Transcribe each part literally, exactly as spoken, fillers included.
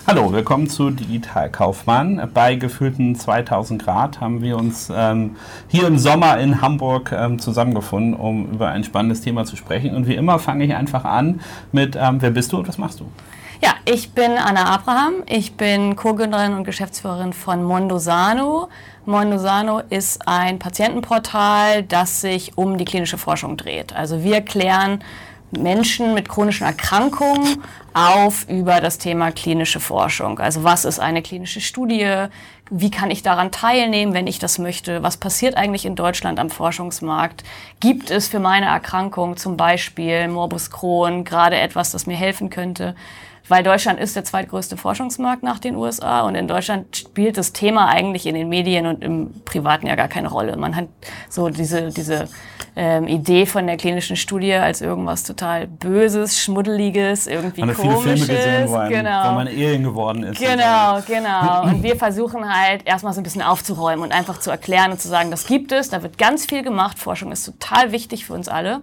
Hallo, willkommen zu Digital Kaufmann. Bei gefühlten zweitausend Grad haben wir uns ähm, hier im Sommer in Hamburg ähm, zusammengefunden, um über ein spannendes Thema zu sprechen. Und wie immer fange ich einfach an mit, ähm, wer bist du und was machst du? Ja, ich bin Anna Abraham. Ich bin Co-Gründerin und Geschäftsführerin von Mondosano. Mondosano ist ein Patientenportal, das sich um die klinische Forschung dreht. Also wir klären Menschen mit chronischen Erkrankungen auf über das Thema klinische Forschung. Also was ist eine klinische Studie? Wie kann ich daran teilnehmen, wenn ich das möchte? Was passiert eigentlich in Deutschland am Forschungsmarkt? Gibt es für meine Erkrankung zum Beispiel Morbus Crohn gerade etwas, das mir helfen könnte? Weil Deutschland ist der zweitgrößte Forschungsmarkt nach den U S A und in Deutschland spielt das Thema eigentlich in den Medien und im Privaten ja gar keine Rolle. Man hat so diese, diese ähm, Idee von der klinischen Studie als irgendwas total Böses, Schmuddeliges, irgendwie man hat Komisches. Viele Filme gesehen, wo, ein, genau. wo man Alien geworden ist. Genau, genau. Und wir versuchen halt erstmal so ein bisschen aufzuräumen und einfach zu erklären und zu sagen, das gibt es, da wird ganz viel gemacht. Forschung ist total wichtig für uns alle.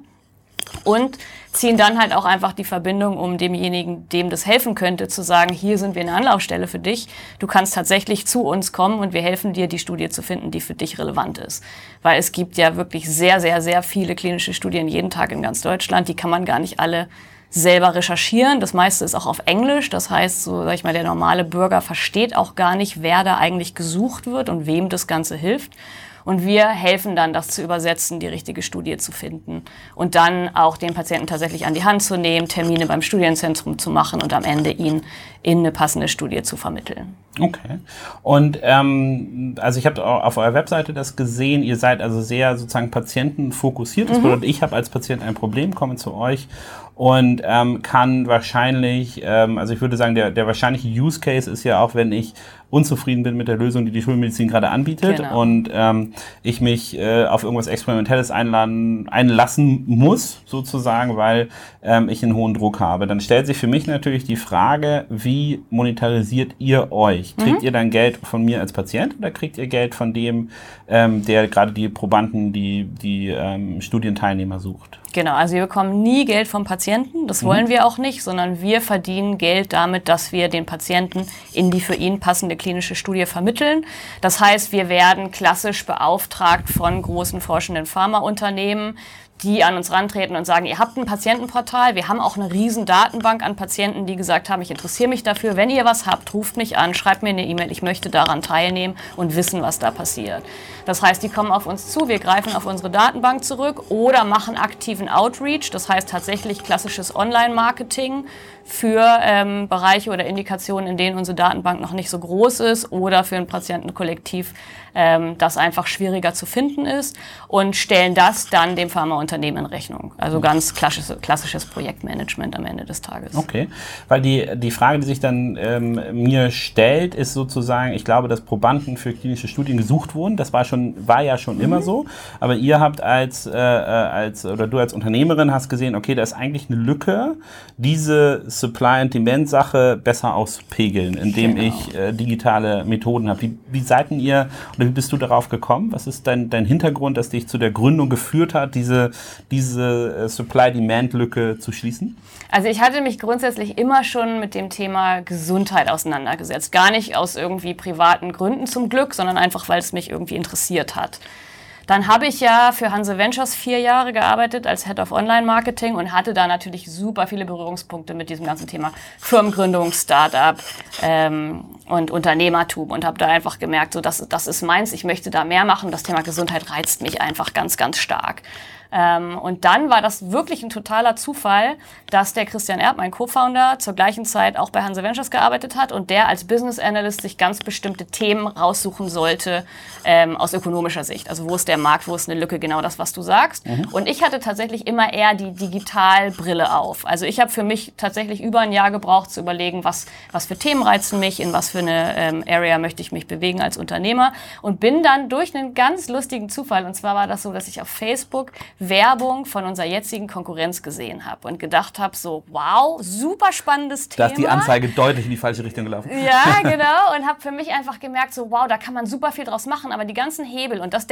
Und ziehen dann halt auch einfach die Verbindung, um demjenigen, dem das helfen könnte, zu sagen, hier sind wir eine Anlaufstelle für dich. Du kannst tatsächlich zu uns kommen und wir helfen dir, die Studie zu finden, die für dich relevant ist. Weil es gibt ja wirklich sehr, sehr, sehr viele klinische Studien jeden Tag in ganz Deutschland. Die kann man gar nicht alle selber recherchieren. Das meiste ist auch auf Englisch. Das heißt, so sag ich mal, der normale Bürger versteht auch gar nicht, wer da eigentlich gesucht wird und wem das Ganze hilft. Und wir helfen dann, das zu übersetzen, die richtige Studie zu finden und dann auch den Patienten tatsächlich an die Hand zu nehmen, Termine beim Studienzentrum zu machen und am Ende ihn in eine passende Studie zu vermitteln. Okay. Und ähm, also ich habe auf eurer Webseite das gesehen, ihr seid also sehr sozusagen patientenfokussiert. Das bedeutet, ich habe als Patient ein Problem, komme zu euch und ähm, kann wahrscheinlich, ähm, also ich würde sagen, der, der wahrscheinliche Use Case ist ja auch, wenn ich unzufrieden bin mit der Lösung, die die Schulmedizin gerade anbietet genau. und ähm, ich mich äh, auf irgendwas Experimentelles einladen, einlassen muss, sozusagen, weil ähm, ich einen hohen Druck habe. Dann stellt sich für mich natürlich die Frage, wie monetarisiert ihr euch? Kriegt mhm. ihr dann Geld von mir als Patient oder kriegt ihr Geld von dem, ähm, der gerade die Probanden, die, die ähm, Studienteilnehmer sucht? Genau, also wir bekommen nie Geld vom Patienten, das wollen mhm. wir auch nicht, sondern wir verdienen Geld damit, dass wir den Patienten in die für ihn passende klinische Studie vermitteln. Das heißt, wir werden klassisch beauftragt von großen forschenden Pharmaunternehmen, die an uns rantreten und sagen, ihr habt ein Patientenportal, wir haben auch eine riesen Datenbank an Patienten, die gesagt haben, ich interessiere mich dafür, wenn ihr was habt, ruft mich an, schreibt mir eine E-Mail, ich möchte daran teilnehmen und wissen, was da passiert. Das heißt, die kommen auf uns zu, wir greifen auf unsere Datenbank zurück oder machen aktiven Outreach, das heißt tatsächlich klassisches Online-Marketing für ähm, Bereiche oder Indikationen, in denen unsere Datenbank noch nicht so groß ist oder für ein Patientenkollektiv, ähm, das einfach schwieriger zu finden ist und stellen das dann dem Pharmaunternehmen in Rechnung. Also ganz klassisches, klassisches Projektmanagement am Ende des Tages. Okay, weil die, die Frage, die sich dann ähm, mir stellt, ist sozusagen, ich glaube, dass Probanden für klinische Studien gesucht wurden. Das war schon, war ja schon mhm. immer so. Aber ihr habt als, äh, als, oder du als Unternehmerin hast gesehen, okay, da ist eigentlich eine Lücke, diese Supply-and-Demand-Sache besser auspegeln, indem genau. ich äh, digitale Methoden habe. Wie, wie seid denn ihr, oder wie bist du darauf gekommen? Was ist dein, dein Hintergrund, das dich zu der Gründung geführt hat, diese, diese äh, Supply-Demand-Lücke zu schließen? Also ich hatte mich grundsätzlich immer schon mit dem Thema Gesundheit auseinandergesetzt. Gar nicht aus irgendwie privaten Gründen zum Glück, sondern einfach, weil es mich irgendwie interessiert hat. Dann habe ich ja für Hanse Ventures vier Jahre gearbeitet als Head of Online-Marketing und hatte da natürlich super viele Berührungspunkte mit diesem ganzen Thema Firmengründung, Startup ähm, und Unternehmertum und habe da einfach gemerkt, so das, das ist meins, ich möchte da mehr machen. Das Thema Gesundheit reizt mich einfach ganz, ganz stark. Ähm, und dann war das wirklich ein totaler Zufall, dass der Christian Erb, mein Co-Founder, zur gleichen Zeit auch bei Hanse Ventures gearbeitet hat und der als Business Analyst sich ganz bestimmte Themen raussuchen sollte ähm, aus ökonomischer Sicht. Also wo ist der Markt, wo ist eine Lücke, genau das, was du sagst. Mhm. Und ich hatte tatsächlich immer eher die Digitalbrille auf. Also ich habe für mich tatsächlich über ein Jahr gebraucht zu überlegen, was, was für Themen reizen mich, in was für eine ähm, Area möchte ich mich bewegen als Unternehmer und bin dann durch einen ganz lustigen Zufall, und zwar war das so, dass ich auf Facebook Werbung von unserer jetzigen Konkurrenz gesehen habe und gedacht habe, so wow, super spannendes Thema. Da ist die Anzeige deutlich in die falsche Richtung gelaufen. Ja, genau. Und habe für mich einfach gemerkt, so wow, da kann man super viel draus machen, aber die ganzen Hebel, und das denkt man dann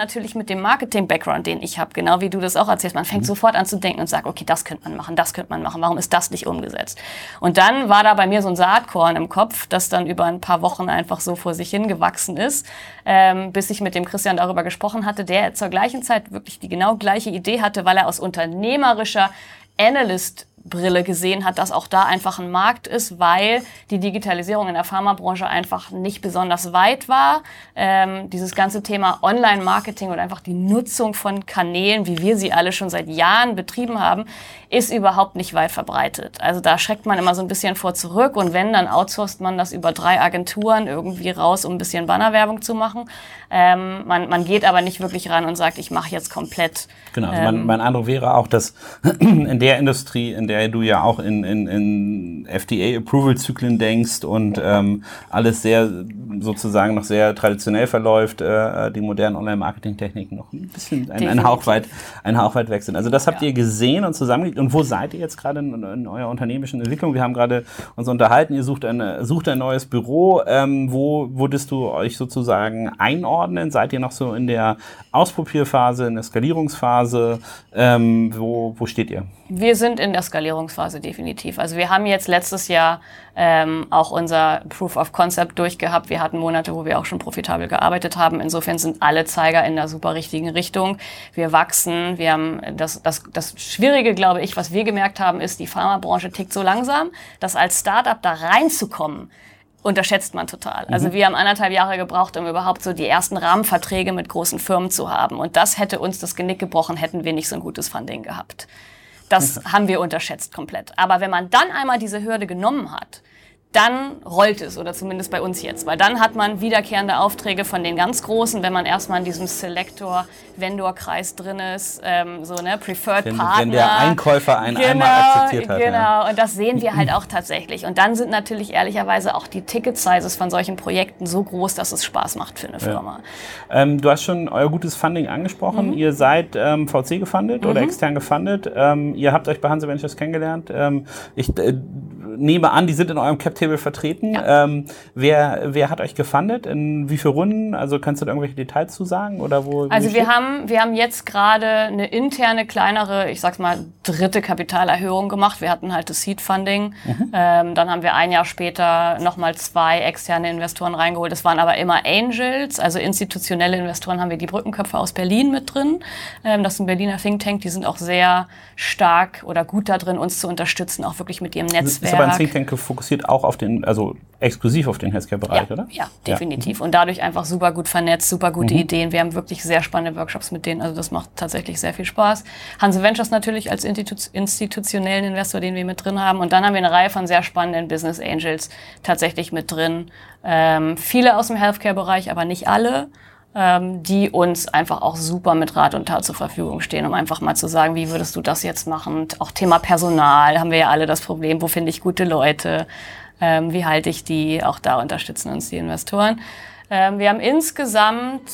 natürlich mit dem Marketing-Background, den ich habe, genau wie du das auch erzählst, man fängt mhm. sofort an zu denken und sagt, okay, das könnte man machen, das könnte man machen, warum ist das nicht umgesetzt? Und dann war da bei mir so ein Saatkorn im Kopf, das dann über ein paar Wochen einfach so vor sich hingewachsen ist, ähm, bis ich mit dem Christian darüber gesprochen hatte, der zur gleichen Zeit wirklich die genau gleiche Idee hatte, weil er aus unternehmerischer Analyst Brille gesehen hat, dass auch da einfach ein Markt ist, weil die Digitalisierung in der Pharmabranche einfach nicht besonders weit war. Ähm, dieses ganze Thema Online-Marketing und einfach die Nutzung von Kanälen, wie wir sie alle schon seit Jahren betrieben haben, ist überhaupt nicht weit verbreitet. Also da schreckt man immer so ein bisschen vor zurück und wenn, dann outsourced man das über drei Agenturen irgendwie raus, um ein bisschen Bannerwerbung zu machen. Ähm, man, man geht aber nicht wirklich ran und sagt, ich mache jetzt komplett. Genau, also mein, mein Eindruck wäre auch, dass in der Industrie, in der du ja auch in, in, in F D A-Approval-Zyklen denkst und ähm, alles sehr sozusagen noch sehr traditionell verläuft, äh, die modernen Online-Marketing-Techniken noch ein bisschen ein, ein, Hauch weit, ein Hauch weit weg sind. Also das habt ja. ihr gesehen und zusammengelegt. Und wo seid ihr jetzt gerade in, in eurer unternehmerischen Entwicklung? Wir haben gerade uns unterhalten, ihr sucht, eine, sucht ein neues Büro. Ähm, wo würdest du euch sozusagen einordnen? Seid ihr noch so in der Ausprobierphase, in der Skalierungsphase? Ähm, wo, wo steht ihr? Wir sind in der Skalierungsphase definitiv. Also wir haben jetzt letztes Jahr ähm, auch unser Proof of Concept durchgehabt. Wir hatten Monate, wo wir auch schon profitabel gearbeitet haben. Insofern sind alle Zeiger in der super richtigen Richtung. Wir wachsen. Wir haben das, das, das Schwierige, glaube ich, was wir gemerkt haben, ist, die Pharmabranche tickt so langsam, dass als Startup da reinzukommen, unterschätzt man total. Also wir haben anderthalb Jahre gebraucht, um überhaupt so die ersten Rahmenverträge mit großen Firmen zu haben. Und das hätte uns das Genick gebrochen, hätten wir nicht so ein gutes Funding gehabt. Das haben wir unterschätzt komplett. Aber wenn man dann einmal diese Hürde genommen hat, dann rollt es, oder zumindest bei uns jetzt. Weil dann hat man wiederkehrende Aufträge von den ganz Großen, wenn man erstmal in diesem Selector-Vendor-Kreis drin ist, ähm, so, ne, Preferred wenn, Partner. Wenn der Einkäufer einen genau, einmal akzeptiert hat. Genau, ja. Und das sehen wir halt auch tatsächlich. Und dann sind natürlich ehrlicherweise auch die Ticket-Sizes von solchen Projekten so groß, dass es Spaß macht für eine Firma. Ja. Ähm, du hast schon euer gutes Funding angesprochen. Mhm. Ihr seid ähm, V C gefundet mhm. oder extern gefundet. Ähm, ihr habt euch bei Hanse Ventures kennengelernt. Ähm, ich äh, nehme an, die sind in eurem Cap-Table vertreten. Ja. Ähm, wer, wer hat euch gefundet? In wie viele Runden? Also kannst du da irgendwelche Details zu sagen? Oder wo, also wir haben, wir haben jetzt gerade eine interne, kleinere, ich sag's mal, dritte Kapitalerhöhung gemacht. Wir hatten halt das Seed-Funding. Mhm. Ähm, dann haben wir ein Jahr später nochmal zwei externe Investoren reingeholt. Das waren aber immer Angels, also institutionelle Investoren haben wir die Brückenköpfe aus Berlin mit drin. Ähm, das ist ein Berliner Think Tank, die sind auch sehr stark oder gut da drin, uns zu unterstützen, auch wirklich mit ihrem Netzwerk. Ist aber ein Think Tank fokussiert auch auf den, also exklusiv auf den Healthcare-Bereich, ja, oder? Ja, definitiv. Ja. Und dadurch einfach super gut vernetzt, super gute mhm. Ideen. Wir haben wirklich sehr spannende Workshops mit denen. Also das macht tatsächlich sehr viel Spaß. Hanse Ventures natürlich als Institu- institutionellen Investor, den wir mit drin haben. Und dann haben wir eine Reihe von sehr spannenden Business Angels tatsächlich mit drin. Ähm, viele aus dem Healthcare-Bereich, aber nicht alle, ähm, die uns einfach auch super mit Rat und Tat zur Verfügung stehen, um einfach mal zu sagen, wie würdest du das jetzt machen? Und auch Thema Personal haben wir ja alle das Problem, wo finde ich gute Leute? Ähm, wie halte ich die? Auch da unterstützen uns die Investoren. Ähm, wir haben insgesamt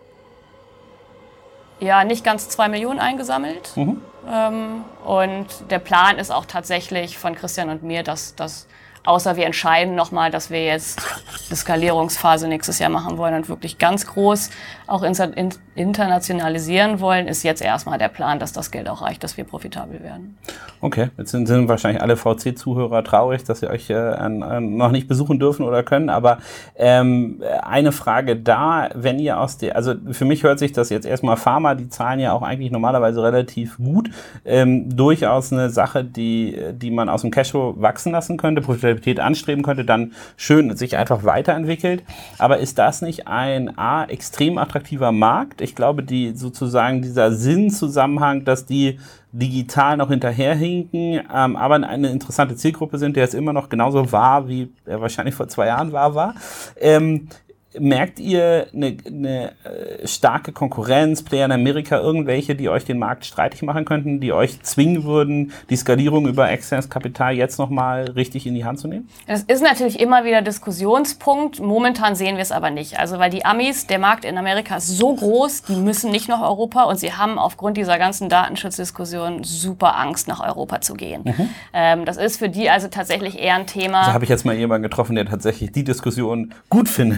ja nicht ganz zwei Millionen eingesammelt. Mhm. Ähm, und der Plan ist auch tatsächlich von Christian und mir, dass das außer wir entscheiden nochmal, dass wir jetzt eine Skalierungsphase nächstes Jahr machen wollen und wirklich ganz groß auch internationalisieren wollen, ist jetzt erstmal der Plan, dass das Geld auch reicht, dass wir profitabel werden. Okay, jetzt sind, sind wahrscheinlich alle V C-Zuhörer traurig, dass sie euch äh, an, an noch nicht besuchen dürfen oder können, aber ähm, eine Frage da, wenn ihr aus der, also für mich hört sich das jetzt erstmal Pharma, die zahlen ja auch eigentlich normalerweise relativ gut, ähm, durchaus eine Sache, die, die man aus dem Cashflow wachsen lassen könnte, Profitabilität anstreben könnte, dann schön sich einfach weiterentwickelt. Aber ist das nicht ein A, extrem attraktiver Markt? Ich glaube, die sozusagen dieser Sinnzusammenhang, dass die digital noch hinterherhinken, ähm, aber eine interessante Zielgruppe sind, der es immer noch genauso war, wie er wahrscheinlich vor zwei Jahren war, war. Ähm, Merkt ihr eine, eine starke Konkurrenz, Player in Amerika, irgendwelche, die euch den Markt streitig machen könnten, die euch zwingen würden, die Skalierung über externes Kapital jetzt nochmal richtig in die Hand zu nehmen? Das ist natürlich immer wieder Diskussionspunkt. Momentan sehen wir es aber nicht. Also weil die Amis, der Markt in Amerika ist so groß, die müssen nicht nach Europa und sie haben aufgrund dieser ganzen Datenschutzdiskussion super Angst, nach Europa zu gehen. Mhm. Ähm, das ist für die also tatsächlich eher ein Thema. Da habe ich jetzt mal jemanden getroffen, der tatsächlich die Diskussion gut findet.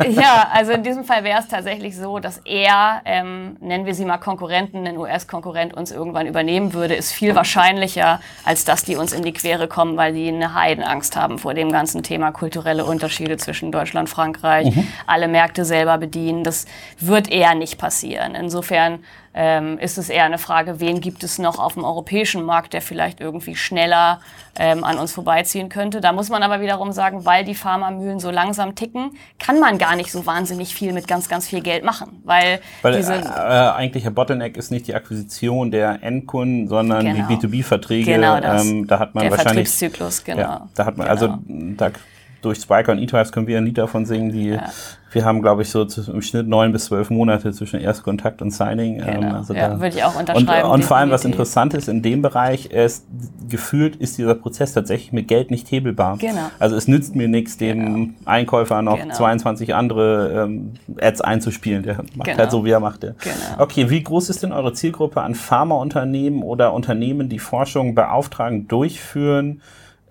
Ja, also in diesem Fall wäre es tatsächlich so, dass er, ähm, nennen wir sie mal Konkurrenten, ein U S-Konkurrent uns irgendwann übernehmen würde, ist viel wahrscheinlicher, als dass die uns in die Quere kommen, weil die eine Heidenangst haben vor dem ganzen Thema kulturelle Unterschiede zwischen Deutschland und Frankreich, mhm. alle Märkte selber bedienen. Das wird eher nicht passieren. Insofern ähm, ist es eher eine Frage, wen gibt es noch auf dem europäischen Markt, der vielleicht irgendwie schneller ähm, an uns vorbeiziehen könnte. Da muss man aber wiederum sagen, weil die Pharmamühlen so langsam ticken, kann man gar nicht so wahnsinnig viel mit ganz, ganz viel Geld machen. Weil, weil diese äh, äh, eigentlich der Bottleneck ist nicht die Akquisition der Endkunden, sondern genau. die B zwei B-Verträge. Genau das. Ähm, da hat man der wahrscheinlich Vertriebszyklus, genau. Ja, da hat man genau. also da, durch Spryker und eTrives können wir ein Lied davon singen, die ja. wir haben, glaube ich, so zu, im Schnitt neun bis zwölf Monate zwischen Erstkontakt und Signing. Genau. Ähm, also ja, da, würde ich auch unterschreiben. Und, und vor allem, was interessant ist in dem Bereich, ist, gefühlt ist dieser Prozess tatsächlich mit Geld nicht hebelbar. Genau. Also es nützt mir nichts, dem genau. Einkäufer noch genau. zweiundzwanzig andere ähm, Ads einzuspielen. Der macht genau. halt so, wie er macht. Der. Genau. Okay, wie groß ist denn eure Zielgruppe an Pharmaunternehmen oder Unternehmen, die Forschung beauftragen, durchführen?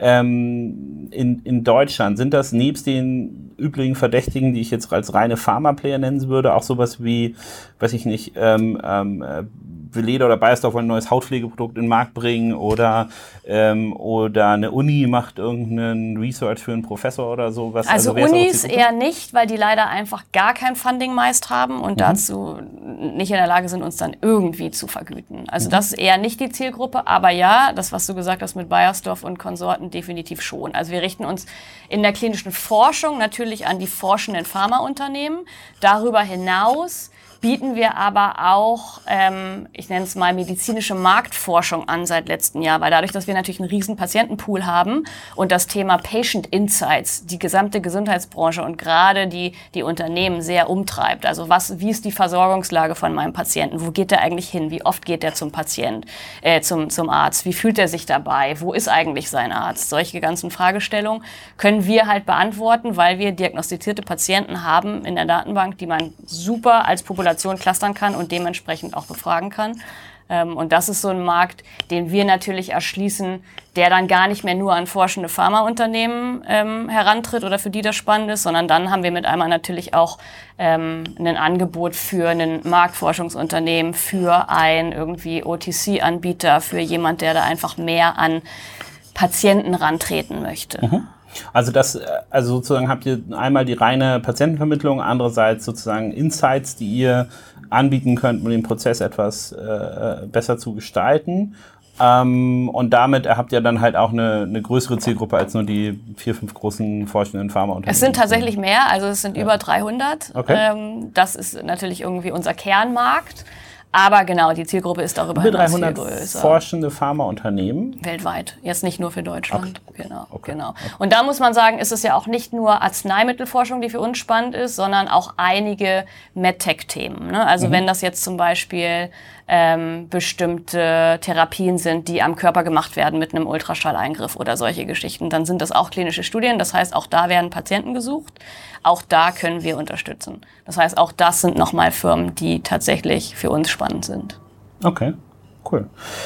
Ähm, in, in Deutschland, sind das nebst den üblichen Verdächtigen, die ich jetzt als reine Pharma-Player nennen würde, auch sowas wie, weiß ich nicht, ähm, ähm, Veleda oder Bayersdorf wollen ein neues Hautpflegeprodukt in den Markt bringen oder, ähm, oder eine Uni macht irgendeinen Research für einen Professor oder sowas. Also, also Unis eher nicht, weil die leider einfach gar kein Funding meist haben und mhm. dazu nicht in der Lage sind, uns dann irgendwie zu vergüten. Also mhm. das ist eher nicht die Zielgruppe, aber ja, das, was du gesagt hast mit Bayersdorf und Konsorten, definitiv schon. Also wir richten uns in der klinischen Forschung natürlich an die forschenden Pharmaunternehmen. Darüber hinaus bieten wir aber auch, ähm, ich nenne es mal medizinische Marktforschung an seit letztem Jahr, weil dadurch, dass wir natürlich einen riesen Patientenpool haben und das Thema Patient Insights die gesamte Gesundheitsbranche und gerade die die Unternehmen sehr umtreibt. Also was, wie ist die Versorgungslage von meinem Patienten? Wo geht der eigentlich hin? Wie oft geht der zum Patient, äh, zum zum Arzt? Wie fühlt er sich dabei? Wo ist eigentlich sein Arzt? Solche ganzen Fragestellungen können wir halt beantworten, weil wir diagnostizierte Patienten haben in der Datenbank, die man super als Population clustern kann und dementsprechend auch befragen kann. Und das ist so ein Markt, den wir natürlich erschließen, der dann gar nicht mehr nur an forschende Pharmaunternehmen ähm, herantritt oder für die das spannend ist, sondern dann haben wir mit einmal natürlich auch ähm, ein Angebot für ein Marktforschungsunternehmen, für ein irgendwie O T C-Anbieter, für jemand, der da einfach mehr an Patienten rantreten möchte. Mhm. Also das, also sozusagen habt ihr einmal die reine Patientenvermittlung, andererseits sozusagen Insights, die ihr anbieten könnt, um den Prozess etwas äh, besser zu gestalten. Ähm, und damit habt ihr dann halt auch eine, eine größere Zielgruppe als nur die vier, fünf großen forschenden Pharmaunternehmen. Es sind tatsächlich mehr, also es sind ja. über dreihundert. Okay. Ähm, das ist natürlich irgendwie unser Kernmarkt. Aber genau, die Zielgruppe ist darüber hinaus viel größer. Forschende Pharmaunternehmen? Weltweit, jetzt nicht nur für Deutschland. Okay. Genau, okay. genau. Und da muss man sagen, ist es ja auch nicht nur Arzneimittelforschung, die für uns spannend ist, sondern auch einige MedTech-Themen. Ne? Also mhm. wenn das jetzt zum Beispiel ähm, bestimmte Therapien sind, die am Körper gemacht werden mit einem Ultraschalleingriff oder solche Geschichten, dann sind das auch klinische Studien. Das heißt, auch da werden Patienten gesucht. Auch da können wir unterstützen. Das heißt, auch das sind nochmal Firmen, die tatsächlich für uns spannend sind. Okay, cool.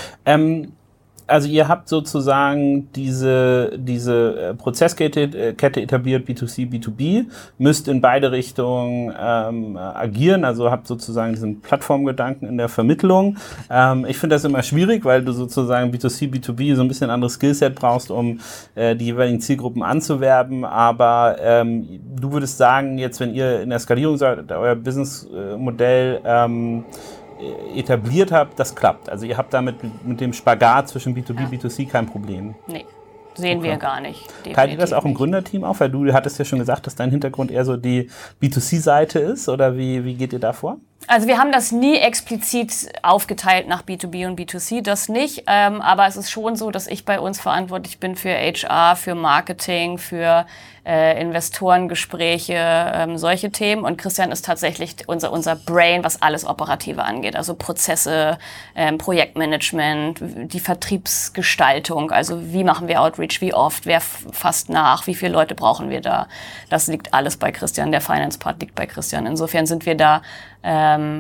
Ähm, also ihr habt sozusagen diese, diese Prozesskette Kette etabliert, B zwei C, B zwei B, müsst in beide Richtungen ähm, agieren, also habt sozusagen diesen Plattformgedanken in der Vermittlung. Ähm, ich finde das immer schwierig, weil du sozusagen B zwei C, B zwei B so ein bisschen anderes Skillset brauchst, um äh, die jeweiligen Zielgruppen anzuwerben, aber ähm, du würdest sagen, jetzt wenn ihr in der Skalierung seid, euer Businessmodell ähm, etabliert habt, das klappt. Also ihr habt damit mit dem Spagat zwischen B zwei B und ja. B zwei C kein Problem. Nee, sehen okay. wir gar nicht. Teilt ihr das auch im Gründerteam auf? Weil du hattest ja schon gesagt, dass dein Hintergrund eher so die B zwei C-Seite ist. Oder wie, wie geht ihr da vor? Also wir haben das nie explizit aufgeteilt nach B zwei B und B zwei C, das nicht. Ähm, aber es ist schon so, dass ich bei uns verantwortlich bin für H R, für Marketing, für äh, Investorengespräche, ähm, solche Themen. Und Christian ist tatsächlich unser, unser Brain, was alles Operative angeht. Also Prozesse, ähm, Projektmanagement, die Vertriebsgestaltung. Also wie machen wir Outreach, wie oft, wer fasst nach, wie viele Leute brauchen wir da. Das liegt alles bei Christian. Der Finance-Part liegt bei Christian. Insofern sind wir da Ähm,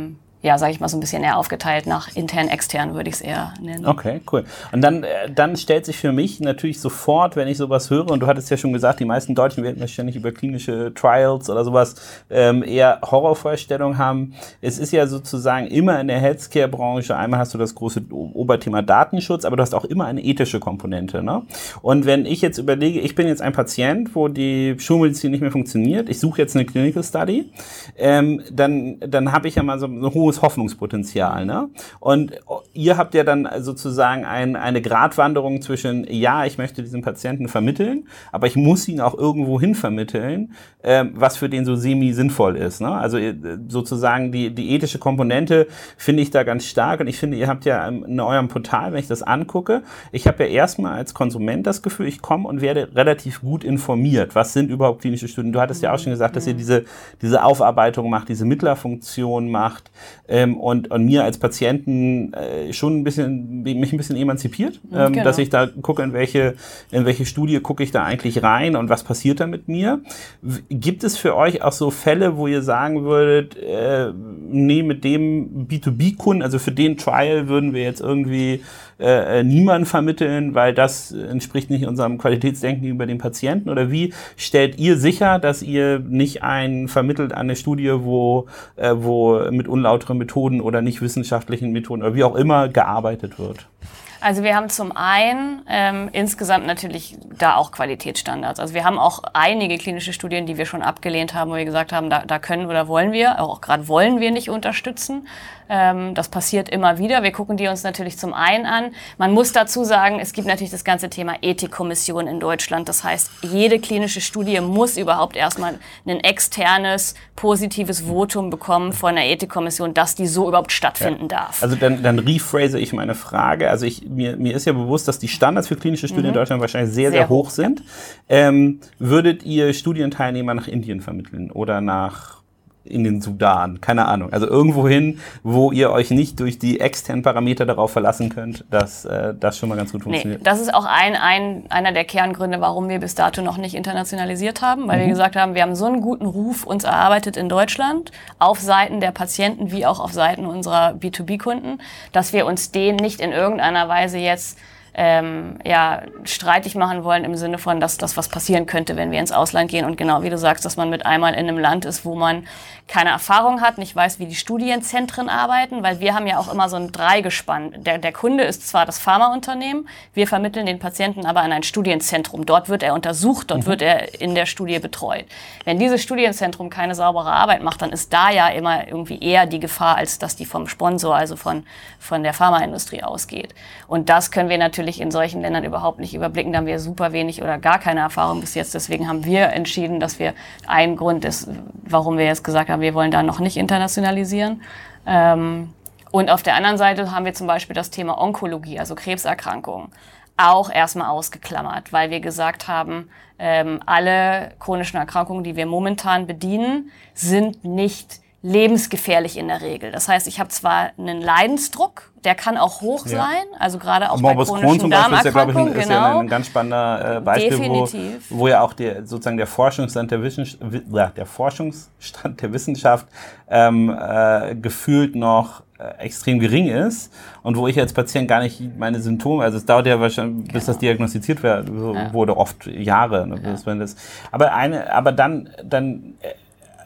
ja, sage ich mal, so ein bisschen eher aufgeteilt nach intern, extern, würde ich es eher nennen. Okay, cool. Und dann, äh, dann stellt sich für mich natürlich sofort, wenn ich sowas höre, und du hattest ja schon gesagt, die meisten Deutschen werden wahrscheinlich über klinische Trials oder sowas ähm, eher Horrorvorstellungen haben. Es ist ja sozusagen immer in der Healthcare-Branche, einmal hast du das große Oberthema Datenschutz, aber du hast auch immer eine ethische Komponente. Ne? Und wenn ich jetzt überlege, ich bin jetzt ein Patient, wo die Schulmedizin nicht mehr funktioniert, ich suche jetzt eine Clinical Study, ähm, dann, dann habe ich ja mal so ein hohes Hoffnungspotenzial. Ne? Und ihr habt ja dann sozusagen ein, eine Gratwanderung zwischen, ja, ich möchte diesen Patienten vermitteln, aber ich muss ihn auch irgendwo hin vermitteln, ähm, was für den so semi-sinnvoll ist. Ne? Also sozusagen die, die ethische Komponente finde ich da ganz stark, und ich finde, ihr habt ja in eurem Portal, wenn ich das angucke, ich habe ja erstmal als Konsument das Gefühl, ich komme und werde relativ gut informiert. Was sind überhaupt klinische Studien? Du hattest ja auch schon gesagt, dass ihr diese, diese Aufarbeitung macht, diese Mittlerfunktion macht, ähm, und, und mir als Patienten äh, schon ein bisschen, mich ein bisschen emanzipiert, ähm, genau. dass ich da gucke, in welche, in welche Studie gucke ich da eigentlich rein und was passiert da mit mir. Gibt es für euch auch so Fälle, wo ihr sagen würdet, äh, nee, mit dem B zwei B-Kunden, also für den Trial würden wir jetzt irgendwie äh, niemanden vermitteln, weil das entspricht nicht unserem Qualitätsdenken gegenüber den Patienten? Oder wie stellt ihr sicher, dass ihr nicht einen vermittelt an eine Studie, wo, äh, wo mit unlauteren Methoden oder nicht wissenschaftlichen Methoden oder wie auch immer gearbeitet wird? Also wir haben zum einen ähm, insgesamt natürlich da auch Qualitätsstandards. Also wir haben auch einige klinische Studien, die wir schon abgelehnt haben, wo wir gesagt haben, da, da können oder wollen wir, auch gerade wollen wir nicht unterstützen. Ähm, das passiert immer wieder. Wir gucken die uns natürlich zum einen an. Man muss dazu sagen, es gibt natürlich das ganze Thema Ethikkommission in Deutschland. Das heißt, jede klinische Studie muss überhaupt erstmal ein externes, positives Votum bekommen von der Ethikkommission, dass die so überhaupt stattfinden ja. darf. Also dann, dann rephrase ich meine Frage. Also ich, mir, mir ist ja bewusst, dass die Standards für klinische Studien mhm. in Deutschland wahrscheinlich sehr, sehr, sehr hoch, hoch sind. Ja. Ähm, würdet ihr Studienteilnehmer nach Indien vermitteln oder nach in den Sudan, keine Ahnung. Also irgendwo hin, wo ihr euch nicht durch die externen Parameter darauf verlassen könnt, dass äh, das schon mal ganz gut funktioniert. Nee, das ist auch ein, ein, einer der Kerngründe, warum wir bis dato noch nicht internationalisiert haben, weil mhm. wir gesagt haben, wir haben so einen guten Ruf uns erarbeitet in Deutschland, auf Seiten der Patienten wie auch auf Seiten unserer B zwei B-Kunden, dass wir uns den nicht in irgendeiner Weise jetzt Ähm, ja, streitig machen wollen im Sinne von, dass das was passieren könnte, wenn wir ins Ausland gehen. Und genau wie du sagst, dass man mit einmal in einem Land ist, wo man keine Erfahrung hat, nicht weiß, wie die Studienzentren arbeiten, weil wir haben ja auch immer so ein Dreigespann. Der, der Kunde ist zwar das Pharmaunternehmen, wir vermitteln den Patienten aber an ein Studienzentrum. Dort wird er untersucht, dort mhm. wird er in der Studie betreut. Wenn dieses Studienzentrum keine saubere Arbeit macht, dann ist da ja immer irgendwie eher die Gefahr, als dass die vom Sponsor, also von, von der Pharmaindustrie ausgeht. Und das können wir natürlich in solchen Ländern überhaupt nicht überblicken. Da haben wir super wenig oder gar keine Erfahrung bis jetzt. Deswegen haben wir entschieden, dass wir ein Grund ist, warum wir jetzt gesagt haben, wir wollen da noch nicht internationalisieren. Ähm, und auf der anderen Seite haben wir zum Beispiel das Thema Onkologie, also Krebserkrankungen, auch erstmal ausgeklammert, weil wir gesagt haben, ähm, alle chronischen Erkrankungen, die wir momentan bedienen, sind nicht lebensgefährlich in der Regel. Das heißt, ich habe zwar einen Leidensdruck, der kann auch hoch ja. sein, also gerade auch Morbus bei chronischen Darmerkrankungen. Ist ja, glaube ich, ein, ist genau. ja ein ganz spannender äh, Beispiel, wo, wo ja auch der, sozusagen der Forschungsstand der, Wissenschaft, der Forschungsstand der Wissenschaft ähm, äh, gefühlt noch äh, extrem gering ist und wo ich als Patient gar nicht meine Symptome, also es dauert ja wahrscheinlich, bis genau. das diagnostiziert wird, so, ja. wurde oft Jahre. Ne, bis ja. das, aber eine, aber dann, dann äh,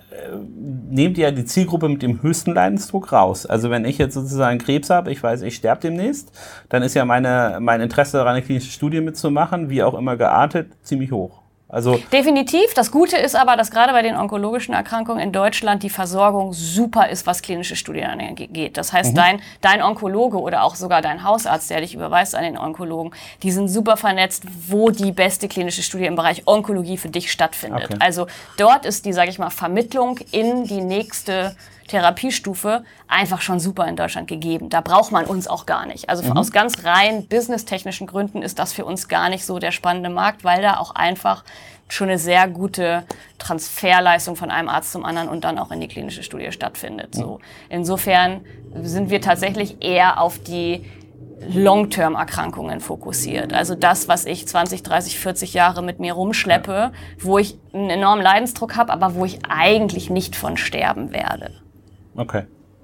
nehmt ihr die Zielgruppe mit dem höchsten Leidensdruck raus. Also wenn ich jetzt sozusagen Krebs habe, ich weiß, ich sterbe demnächst, dann ist ja meine, mein Interesse daran, eine klinische Studie mitzumachen, wie auch immer geartet, ziemlich hoch. Also definitiv. Das Gute ist aber, dass gerade bei den onkologischen Erkrankungen in Deutschland die Versorgung super ist, was klinische Studien angeht. Das heißt, mhm. dein, dein Onkologe oder auch sogar dein Hausarzt, der dich überweist an den Onkologen, die sind super vernetzt, wo die beste klinische Studie im Bereich Onkologie für dich stattfindet. Okay. Also dort ist die, sage ich mal, Vermittlung in die nächste Therapiestufe einfach schon super in Deutschland gegeben. Da braucht man uns auch gar nicht. Also mhm. aus ganz rein businesstechnischen Gründen ist das für uns gar nicht so der spannende Markt, weil da auch einfach schon eine sehr gute Transferleistung von einem Arzt zum anderen und dann auch in die klinische Studie stattfindet. So. Insofern sind wir tatsächlich eher auf die Long-Term-Erkrankungen fokussiert. Also das, was ich zwanzig, dreißig, vierzig Jahre mit mir rumschleppe, wo ich einen enormen Leidensdruck habe, aber wo ich eigentlich nicht von sterben werde. Okay.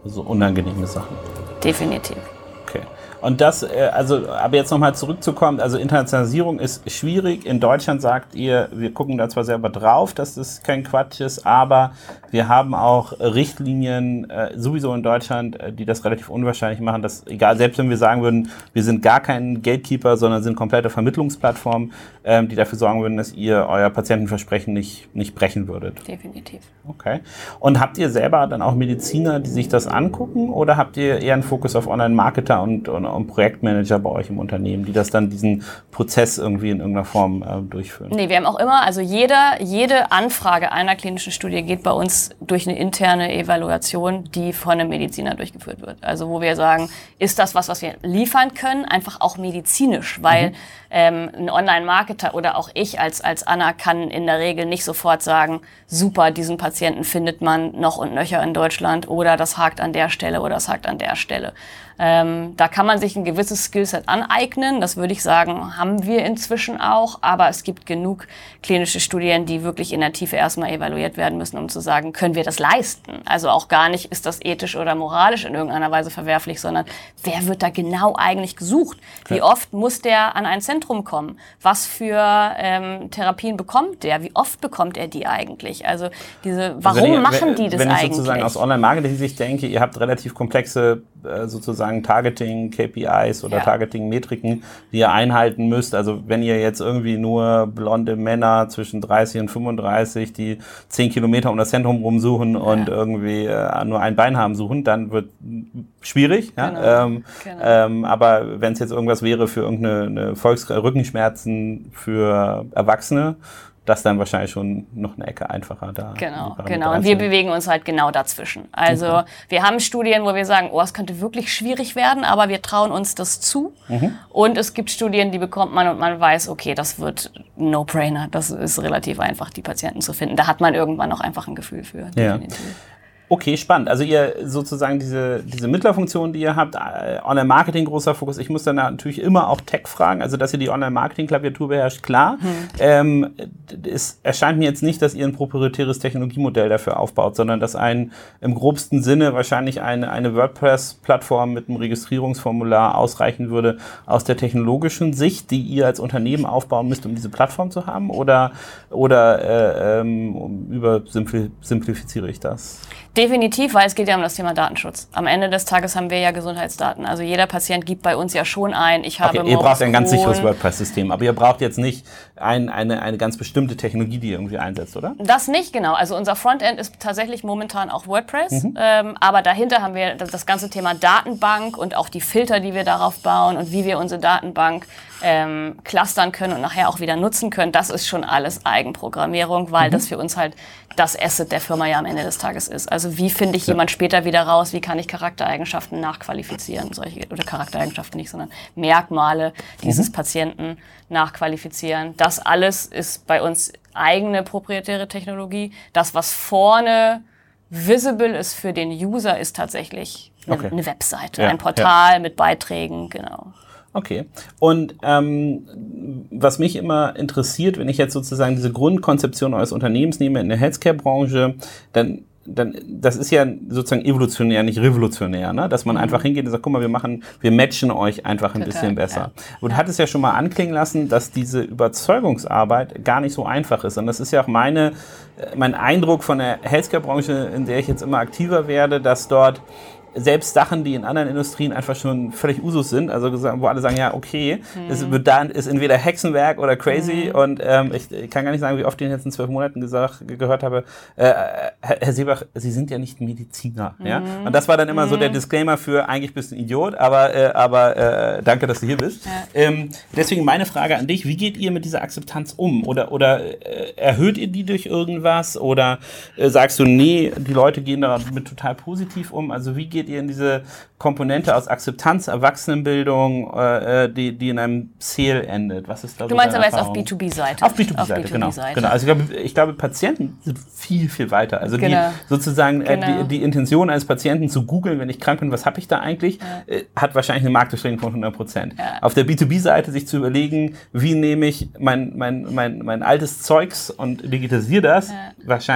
so unangenehme Sachen. Definitiv. Okay. Und das, also, aber jetzt nochmal zurückzukommen, also Internationalisierung ist schwierig. In Deutschland sagt ihr, wir gucken da zwar selber drauf, dass das kein Quatsch ist, aber wir haben auch Richtlinien, äh, sowieso in Deutschland, äh, die das relativ unwahrscheinlich machen, dass, egal, selbst wenn wir sagen würden, wir sind gar kein Gatekeeper, sondern sind komplette Vermittlungsplattformen, ähm, die dafür sorgen würden, dass ihr euer Patientenversprechen nicht, nicht brechen würdet. Definitiv. Okay. Und habt ihr selber dann auch Mediziner, die sich das angucken, oder habt ihr eher einen Fokus auf Online-Marketer und, und, und Projektmanager bei euch im Unternehmen, die das dann diesen Prozess irgendwie in irgendeiner Form äh, durchführen? Nee, wir haben auch immer, also jeder, jede Anfrage einer klinischen Studie geht bei uns durch eine interne Evaluation, die von einem Mediziner durchgeführt wird. Also wo wir sagen, ist das was, was wir liefern können, einfach auch medizinisch, weil mhm. ähm, ein Online-Marketer oder auch ich als, als Anna kann in der Regel nicht sofort sagen, super, diesen Patienten findet man noch und nöcher in Deutschland oder das hakt an der Stelle oder das hakt an der Stelle. Ähm, da kann man sich ein gewisses Skillset aneignen, das würde ich sagen, haben wir inzwischen auch, aber es gibt genug klinische Studien, die wirklich in der Tiefe erstmal evaluiert werden müssen, um zu sagen, können wir das leisten? Also auch gar nicht, ist das ethisch oder moralisch in irgendeiner Weise verwerflich, sondern wer wird da genau eigentlich gesucht? Wie oft muss der an ein Zentrum kommen? Was für ähm, Therapien bekommt der? Wie oft bekommt er die eigentlich? Also diese, warum also wenn machen ihr, die das wenn ich eigentlich? sozusagen aus Online-Marketing-Sicht denke, ihr habt relativ komplexe äh, sozusagen Targeting, K P Is oder ja. Targeting-Metriken, die ihr einhalten müsst. Also wenn ihr jetzt irgendwie nur blonde Männer zwischen dreißig und fünfunddreißig, die zehn Kilometer um das Zentrum rumsuchen ja. und irgendwie äh, nur ein Bein haben suchen, dann wird schwierig. Ja? Genau. Ähm, genau. ähm, aber wenn es jetzt irgendwas wäre für irgendeine Volks- Rückenschmerzen für Erwachsene, das dann wahrscheinlich schon noch eine Ecke einfacher da. Genau, genau. Und wir bewegen uns halt genau dazwischen. Also okay. wir haben Studien, wo wir sagen, oh, es könnte wirklich schwierig werden, aber wir trauen uns das zu. Mhm. Und es gibt Studien, die bekommt man und man weiß, okay, das wird No-Brainer. Das ist relativ einfach, die Patienten zu finden. Da hat man irgendwann auch einfach ein Gefühl für. Definitiv. Ja. Okay, spannend. Also ihr sozusagen diese diese Mittlerfunktion, die ihr habt, Online-Marketing großer Fokus. Ich muss dann natürlich immer auch Tech fragen, also dass ihr die Online-Marketing-Klaviatur beherrscht, klar. Hm. Ähm, es erscheint mir jetzt nicht, dass ihr ein proprietäres Technologiemodell dafür aufbaut, sondern dass ein im grobsten Sinne wahrscheinlich eine eine WordPress-Plattform mit einem Registrierungsformular ausreichen würde aus der technologischen Sicht, die ihr als Unternehmen aufbauen müsst, um diese Plattform zu haben, oder oder äh, ähm, übersimplifiziere ich das? Definitiv, weil es geht ja um das Thema Datenschutz. Am Ende des Tages haben wir ja Gesundheitsdaten. Also jeder Patient gibt bei uns ja schon ein, ich habe okay, ihr braucht ein ganz sicheres WordPress-System, aber ihr braucht jetzt nicht ein, eine, eine ganz bestimmte Technologie, die ihr irgendwie einsetzt, oder? Das nicht, genau. Also unser Frontend ist tatsächlich momentan auch WordPress, mhm. ähm, aber dahinter haben wir das, das ganze Thema Datenbank und auch die Filter, die wir darauf bauen und wie wir unsere Datenbank ähm, clustern können und nachher auch wieder nutzen können. Das ist schon alles Eigenprogrammierung, weil mhm. das für uns halt das Asset der Firma ja am Ende des Tages ist. Also wie finde ich ja. jemand später wieder raus, wie kann ich Charaktereigenschaften nachqualifizieren, solche, oder Charaktereigenschaften nicht, sondern Merkmale dieses mhm. Patienten nachqualifizieren. Das alles ist bei uns eigene proprietäre Technologie. Das, was vorne visible ist für den User, ist tatsächlich eine, okay. eine Webseite, ja. ein Portal ja. mit Beiträgen, genau. Okay. Und ähm, was mich immer interessiert, wenn ich jetzt sozusagen diese Grundkonzeption eures Unternehmens nehme in der Healthcare-Branche, dann dann, das ist ja sozusagen evolutionär, nicht revolutionär, ne? Dass man mhm. einfach hingeht und sagt, guck mal, wir machen, wir matchen euch einfach ein Total, bisschen besser. Ja. Und ja. hat es ja schon mal anklingen lassen, dass diese Überzeugungsarbeit gar nicht so einfach ist. Und das ist ja auch meine, mein Eindruck von der Healthcare-Branche, in der ich jetzt immer aktiver werde, dass dort selbst Sachen, die in anderen Industrien einfach schon völlig Usus sind, also wo alle sagen, ja, okay, mhm. es wird da ist entweder Hexenwerk oder crazy mhm. und ähm, ich, ich kann gar nicht sagen, wie oft ich jetzt in zwölf Monaten gesagt, gehört habe, äh, Herr Seebach, Sie sind ja nicht Mediziner, mhm. ja, und das war dann immer mhm. so der Disclaimer für, eigentlich bist du ein Idiot, aber äh, aber äh, danke, dass du hier bist. Ja. Ähm, deswegen meine Frage an dich, wie geht ihr mit dieser Akzeptanz um? Oder oder äh, erhöht ihr die durch irgendwas? Oder äh, sagst du, nee, die Leute gehen damit total positiv um? Also wie geht ihr in diese Komponente aus Akzeptanz, Erwachsenenbildung, äh, die, die in einem Sale endet? Was ist da so? Du meinst aber jetzt auf B zwei B-Seite? Auf B zwei B-Seite, genau. genau. Also ich glaube, ich glaube, Patienten sind viel, viel weiter. Also genau. die sozusagen genau. äh, die, die Intention eines Patienten zu googeln, wenn ich krank bin, was habe ich da eigentlich, ja. äh, hat wahrscheinlich eine Marktdurchdringung von hundert Prozent. Ja. Auf der B zwei B-Seite sich zu überlegen, wie nehme ich mein, mein, mein, mein altes Zeugs und digitalisiere das, ja. wahrscheinlich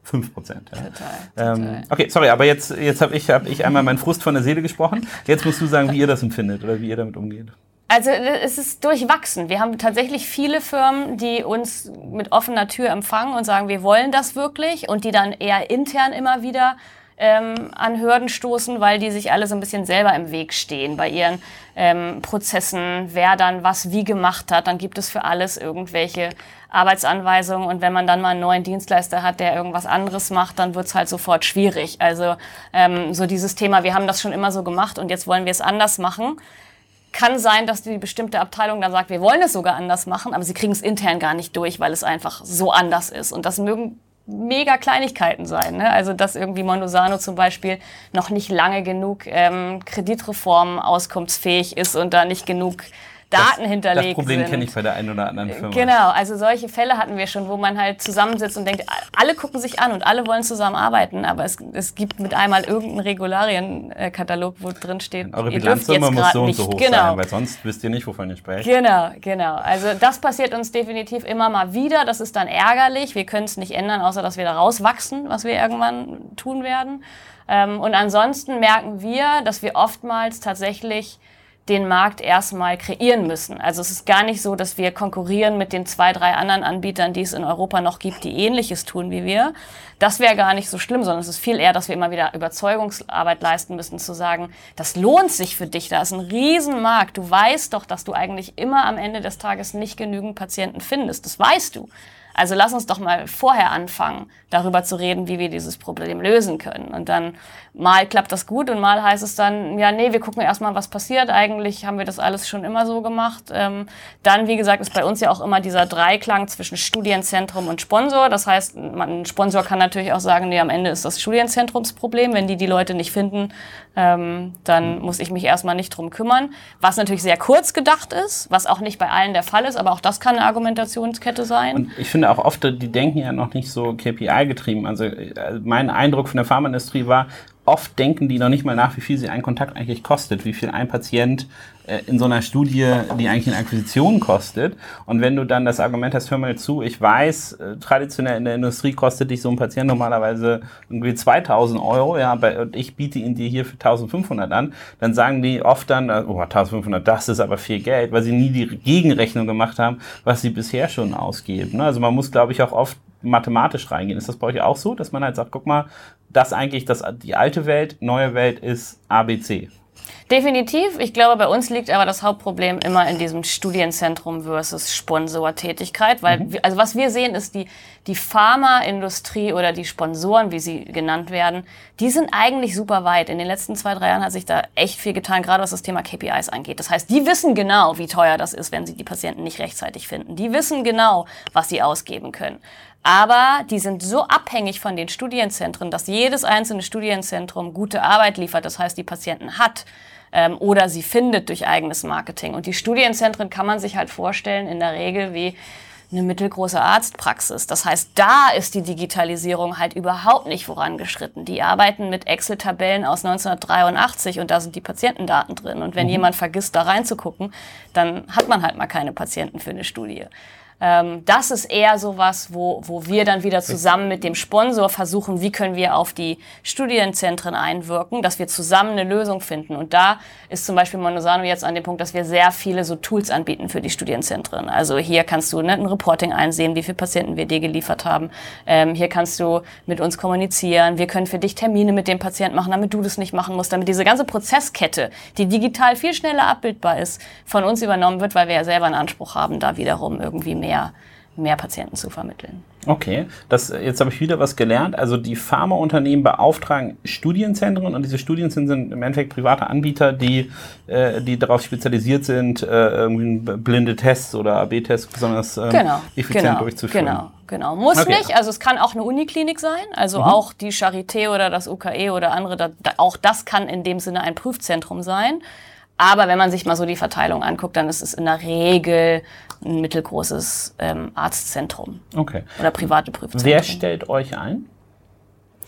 fünf Prozent. Ja. Total, total. Ähm, okay, sorry, aber jetzt, jetzt habe ich, hab ich einmal meinen Frust von der Seele gesprochen. Jetzt musst du sagen, wie ihr das empfindet oder wie ihr damit umgeht. Also es ist durchwachsen. Wir haben tatsächlich viele Firmen, die uns mit offener Tür empfangen und sagen, wir wollen das wirklich, und die dann eher intern immer wieder ähm, an Hürden stoßen, weil die sich alle so ein bisschen selber im Weg stehen bei ihren ähm, Prozessen, wer dann was wie gemacht hat. Dann gibt es für alles irgendwelche Arbeitsanweisungen, und wenn man dann mal einen neuen Dienstleister hat, der irgendwas anderes macht, dann wird's halt sofort schwierig. Also ähm, so dieses Thema, wir haben das schon immer so gemacht und jetzt wollen wir es anders machen. Kann sein, dass die bestimmte Abteilung dann sagt, wir wollen es sogar anders machen, aber sie kriegen es intern gar nicht durch, weil es einfach so anders ist. Und das mögen mega Kleinigkeiten sein, ne? Also dass irgendwie Mondosano zum Beispiel noch nicht lange genug ähm, Kreditreform auskunftsfähig ist und da nicht genug Daten das, hinterlegt Das Problem sind. kenne ich bei der einen oder anderen Firma. Genau, also solche Fälle hatten wir schon, wo man halt zusammensitzt und denkt, alle gucken sich an und alle wollen zusammenarbeiten, aber es, es gibt mit einmal irgendeinen Regularienkatalog, wo drin steht, eure ihr dürft jetzt muss so und nicht. so hoch Genau. sein, weil sonst wisst ihr nicht, wovon ihr sprecht. Genau, genau. Also das passiert uns definitiv immer mal wieder. Das ist dann ärgerlich. Wir können es nicht ändern, außer dass wir da rauswachsen, was wir irgendwann tun werden. Und ansonsten merken wir, dass wir oftmals tatsächlich den Markt erstmal kreieren müssen. Also es ist gar nicht so, dass wir konkurrieren mit den zwei, drei anderen Anbietern, die es in Europa noch gibt, die Ähnliches tun wie wir. Das wäre gar nicht so schlimm, sondern es ist viel eher, dass wir immer wieder Überzeugungsarbeit leisten müssen, zu sagen, das lohnt sich für dich, da ist ein Riesenmarkt. Du weißt doch, dass du eigentlich immer am Ende des Tages nicht genügend Patienten findest. Das weißt du. Also lass uns doch mal vorher anfangen, darüber zu reden, wie wir dieses Problem lösen können. Und dann mal klappt das gut und mal heißt es dann, ja, nee, wir gucken erstmal, was passiert. Eigentlich haben wir das alles schon immer so gemacht. Ähm, dann, wie gesagt, ist bei uns ja auch immer dieser Dreiklang zwischen Studienzentrum und Sponsor. Das heißt, man, ein Sponsor kann natürlich auch sagen, nee, am Ende ist das Studienzentrumsproblem. Wenn die die Leute nicht finden, ähm, dann muss ich mich erstmal nicht drum kümmern. Was natürlich sehr kurz gedacht ist, was auch nicht bei allen der Fall ist, aber auch das kann eine Argumentationskette sein. Und ich finde auch oft, die denken ja noch nicht so K P I-getrieben. Also mein Eindruck von der Pharmaindustrie war, oft denken die noch nicht mal nach, wie viel sie ein Kontakt eigentlich kostet, wie viel ein Patient äh, in so einer Studie, die eigentlich eine Akquisition kostet. Und wenn du dann das Argument hast, hör mal zu, ich weiß, äh, traditionell in der Industrie kostet dich so ein Patient normalerweise irgendwie zweitausend Euro, ja, bei, und ich biete ihn dir hier für eintausendfünfhundert an, dann sagen die oft dann, oh, eintausendfünfhundert, das ist aber viel Geld, weil sie nie die Gegenrechnung gemacht haben, was sie bisher schon ausgeben. Ne? Also man muss, glaube ich, auch oft mathematisch reingehen. Ist das bei euch auch so, dass man halt sagt, guck mal, das eigentlich das, die alte Welt, neue Welt ist A B C? Definitiv. Ich glaube, bei uns liegt aber das Hauptproblem immer in diesem Studienzentrum versus Sponsortätigkeit, weil, mhm. wir, also was wir sehen, ist die, die Pharmaindustrie oder die Sponsoren, wie sie genannt werden, die sind eigentlich super weit. In den letzten zwei, drei Jahren hat sich da echt viel getan, gerade was das Thema K P Is angeht. Das heißt, die wissen genau, wie teuer das ist, wenn sie die Patienten nicht rechtzeitig finden. Die wissen genau, was sie ausgeben können. Aber die sind so abhängig von den Studienzentren, dass jedes einzelne Studienzentrum gute Arbeit liefert, das heißt, die Patienten hat ähm, oder sie findet durch eigenes Marketing. Und die Studienzentren kann man sich halt vorstellen in der Regel wie eine mittelgroße Arztpraxis. Das heißt, da ist die Digitalisierung halt überhaupt nicht vorangeschritten. Die arbeiten mit Excel-Tabellen aus neunzehnhundertdreiundachtzig und da sind die Patientendaten drin. Und wenn mhm. jemand vergisst, da reinzugucken, dann hat man halt mal keine Patienten für eine Studie. Ähm, das ist eher sowas, wo, wo wir dann wieder zusammen mit dem Sponsor versuchen, wie können wir auf die Studienzentren einwirken, dass wir zusammen eine Lösung finden. Und da ist zum Beispiel Mondosano jetzt an dem Punkt, dass wir sehr viele so Tools anbieten für die Studienzentren. Also hier kannst du ne, ein Reporting einsehen, wie viele Patienten wir dir geliefert haben. Ähm, hier kannst du mit uns kommunizieren. Wir können für dich Termine mit dem Patienten machen, damit du das nicht machen musst, damit diese ganze Prozesskette, die digital viel schneller abbildbar ist, von uns übernommen wird, weil wir ja selber einen Anspruch haben, da wiederum irgendwie mehr Mehr, mehr Patienten zu vermitteln. Okay, das, jetzt habe ich wieder was gelernt. Also die Pharmaunternehmen beauftragen Studienzentren und diese Studienzentren sind im Endeffekt private Anbieter, die, äh, die darauf spezialisiert sind, äh, irgendwie blinde Tests oder A B-Tests besonders ähm, genau, effizient genau, durchzuführen. Genau, genau. Muss okay. nicht, also es kann auch eine Uniklinik sein, also mhm. auch die Charité oder das U K E oder andere, da, da, auch das kann in dem Sinne ein Prüfzentrum sein. Aber wenn man sich mal so die Verteilung anguckt, dann ist es in der Regel ein mittelgroßes ähm, Arztzentrum. Okay. Oder private Prüfzentren. Wer stellt euch ein?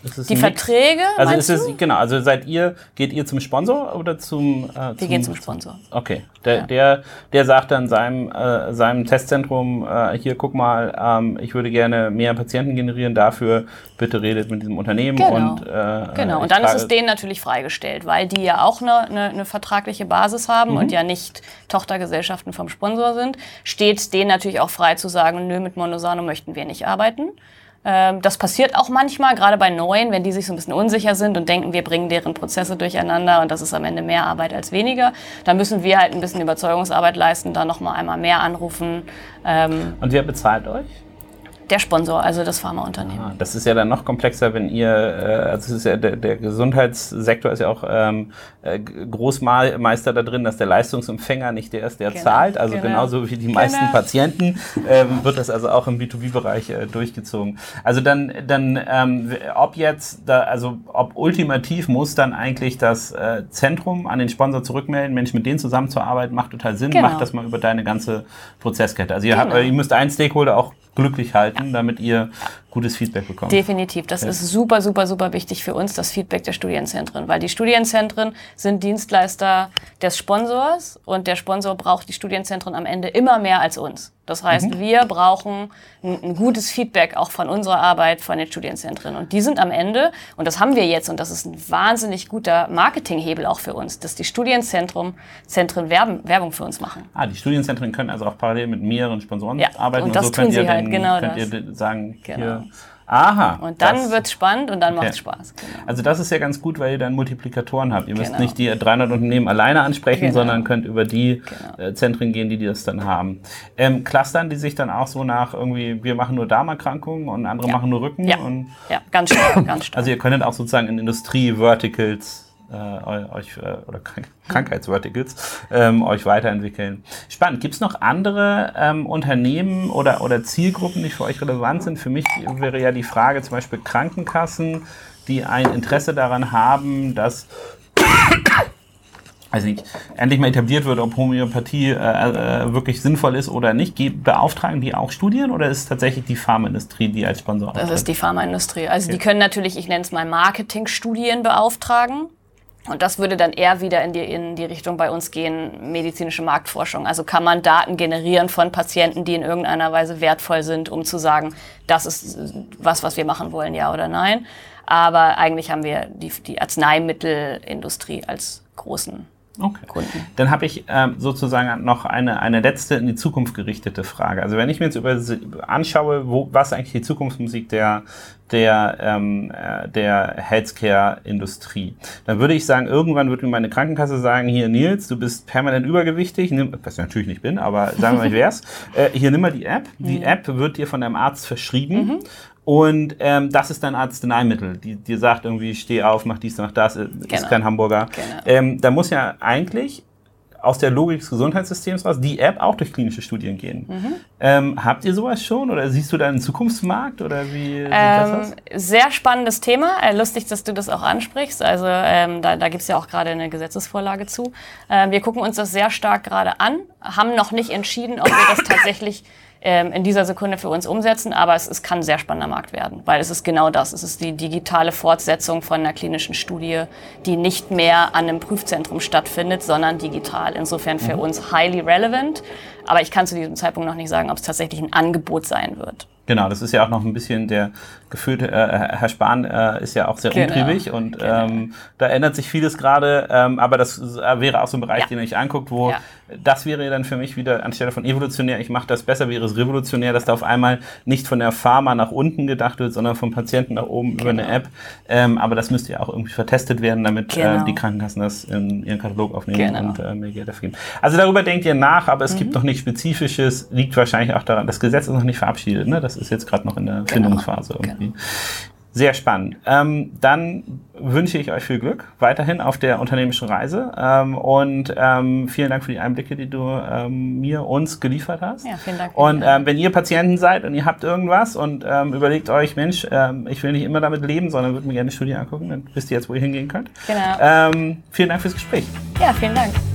Ist es Die ein Mix? Verträge, Also meinst ist es, du? genau, also seid ihr, geht ihr zum Sponsor oder zum... Äh, Wir zum, gehen zum Sponsor. Okay, der, Ja. der, der sagt dann seinem, äh, seinem Testzentrum, äh, hier guck mal, ähm, ich würde gerne mehr Patienten generieren, dafür bitte redet mit diesem Unternehmen. Genau. Und, äh, Genau, ich und dann ist trage- es denen natürlich freigestellt, weil die ja auch eine, eine, eine vertragliche Basis haben Mhm. und ja nicht Tochtergesellschaften vom Sponsor sind, steht denen natürlich auch frei zu sagen, nö, mit Monosano möchten wir nicht arbeiten. Ähm, das passiert auch manchmal, gerade bei Neuen, wenn die sich so ein bisschen unsicher sind und denken, wir bringen deren Prozesse durcheinander und das ist am Ende mehr Arbeit als weniger. Da müssen wir halt ein bisschen Überzeugungsarbeit leisten, da nochmal einmal mehr anrufen. Ähm, Und wer bezahlt euch? der Sponsor, also das Pharmaunternehmen. Ah, das ist ja dann noch komplexer, wenn ihr, äh, also es ist ja der, der Gesundheitssektor ist ja auch ähm, äh, Großmeister da drin, dass der Leistungsempfänger nicht der ist, der Genau, zahlt. Also genau. genauso wie die meisten Genau. Patienten ähm, wird das also auch im B zwei B-Bereich äh, durchgezogen. Also dann, dann ähm, ob jetzt, da, also ob ultimativ muss dann eigentlich das äh, Zentrum an den Sponsor zurückmelden, Mensch, mit denen zusammenzuarbeiten, macht total Sinn, Genau. macht das mal über deine ganze Prozesskette. Also ihr, Genau. habt, ihr müsst einen Stakeholder auch glücklich halten, damit ihr gutes Feedback bekommt. Definitiv. Das Ja. ist super, super, super wichtig für uns, das Feedback der Studienzentren. Weil die Studienzentren sind Dienstleister des Sponsors und der Sponsor braucht die Studienzentren am Ende immer mehr als uns. Das heißt, Mhm. wir brauchen ein, ein gutes Feedback auch von unserer Arbeit von den Studienzentren. Und die sind am Ende, und das haben wir jetzt, und das ist ein wahnsinnig guter Marketinghebel auch für uns, dass die Studienzentren Zentren Werben, Werbung für uns machen. Ah, die Studienzentren können also auch parallel mit mehreren Sponsoren Ja, arbeiten. und das so tun könnt sie ihr halt, den, genau könnt das. ihr sagen, Genau. hier, aha. Und dann das- wird's spannend und dann Okay. macht's Spaß. Genau. Also das ist ja ganz gut, weil ihr dann Multiplikatoren habt. Ihr müsst Genau. nicht die dreihundert Unternehmen alleine ansprechen, Genau. sondern könnt über die Genau. äh, Zentren gehen, die, die das dann haben. Ähm, clustern die sich dann auch so nach irgendwie, wir machen nur Darmerkrankungen und andere Ja. machen nur Rücken? Ja, Und, ja, ganz stark, ganz stark. also ihr könntet auch sozusagen in Industrie-Verticals äh, eu- euch äh, oder Krank Krankheitsverticals ähm, euch weiterentwickeln. Spannend. Gibt es noch andere ähm, Unternehmen oder, oder Zielgruppen, die für euch relevant sind? Für mich wäre ja die Frage zum Beispiel Krankenkassen, die ein Interesse daran haben, dass also nicht, endlich mal etabliert wird, ob Homöopathie äh, äh, wirklich sinnvoll ist oder nicht. Ge- Beauftragen die auch Studien oder ist es tatsächlich die Pharmaindustrie, die als Sponsor Das auftritt? ist die Pharmaindustrie. Also Okay. die können natürlich, ich nenne es mal Marketingstudien beauftragen. Und das würde dann eher wieder in die, in die Richtung bei uns gehen, medizinische Marktforschung. Also kann man Daten generieren von Patienten, die in irgendeiner Weise wertvoll sind, um zu sagen, das ist was, was wir machen wollen, ja oder nein. Aber eigentlich haben wir die, die Arzneimittelindustrie als großen Okay. Kunden. Dann habe ich ähm, sozusagen noch eine, eine letzte in die Zukunft gerichtete Frage. Also wenn ich mir jetzt über, anschaue, wo, was eigentlich die Zukunftsmusik der, der, ähm, äh, der Healthcare-Industrie, dann würde ich sagen, irgendwann wird mir meine Krankenkasse sagen, hier Nils, du bist permanent übergewichtig, nimm, was ich natürlich nicht bin, aber sagen wir mal, ich wär's, äh, hier nimm mal die App. Die Mhm. App wird dir von deinem Arzt verschrieben. Und ähm, das ist dein Arzneimittel, die dir sagt irgendwie, steh auf, mach dies, mach das, äh, ist Genau. kein Hamburger. Genau. Ähm, da muss ja eigentlich aus der Logik des Gesundheitssystems raus die App auch durch klinische Studien gehen. Mhm. Ähm, habt ihr sowas schon oder siehst du da einen Zukunftsmarkt oder wie sieht das aus? Ähm, sehr spannendes Thema. Äh, lustig, dass du das auch ansprichst. Also ähm, da, da gibt es ja auch gerade eine Gesetzesvorlage zu. Ähm, wir gucken uns das sehr stark gerade an, haben noch nicht entschieden, ob wir das tatsächlich ähm, in dieser Sekunde für uns umsetzen, aber es, es kann ein sehr spannender Markt werden, weil es ist genau das. Es ist die digitale Fortsetzung von einer klinischen Studie, die nicht mehr an einem Prüfzentrum stattfindet, sondern digital. Insofern für uns highly relevant. Aber ich kann zu diesem Zeitpunkt noch nicht sagen, ob es tatsächlich ein Angebot sein wird. Genau, das ist ja auch noch ein bisschen der gefühlte, äh, Herr Spahn äh, ist ja auch sehr Genau, umtriebig und genau. ähm, da ändert sich vieles gerade, ähm, aber das äh, wäre auch so ein Bereich, Ja. den ihr euch anguckt, wo Ja. das wäre dann für mich wieder, anstelle von evolutionär, ich mache das besser, wäre es revolutionär, dass da auf einmal nicht von der Pharma nach unten gedacht wird, sondern vom Patienten nach oben über eine App, ähm, aber das müsste ja auch irgendwie vertestet werden, damit Genau. äh, die Krankenkassen das in ihren Katalog aufnehmen Genau. und äh, mehr Geld dafür geben. Also darüber denkt ihr nach, aber es gibt noch nichts Spezifisches, liegt wahrscheinlich auch daran, das Gesetz ist noch nicht verabschiedet, ne? Das ist jetzt gerade noch in der Findungsphase irgendwie. Genau. Sehr spannend. Ähm, dann wünsche ich euch viel Glück weiterhin auf der unternehmerischen Reise ähm, und ähm, vielen Dank für die Einblicke, die du ähm, mir, uns geliefert hast. Ja, vielen Dank. Und ähm, wenn ihr Patienten seid und ihr habt irgendwas und ähm, überlegt euch, Mensch, ähm, ich will nicht immer damit leben, sondern würde mir gerne eine Studie angucken, dann wisst ihr jetzt, wo ihr hingehen könnt. Genau. Ähm, vielen Dank fürs Gespräch. Ja, vielen Dank.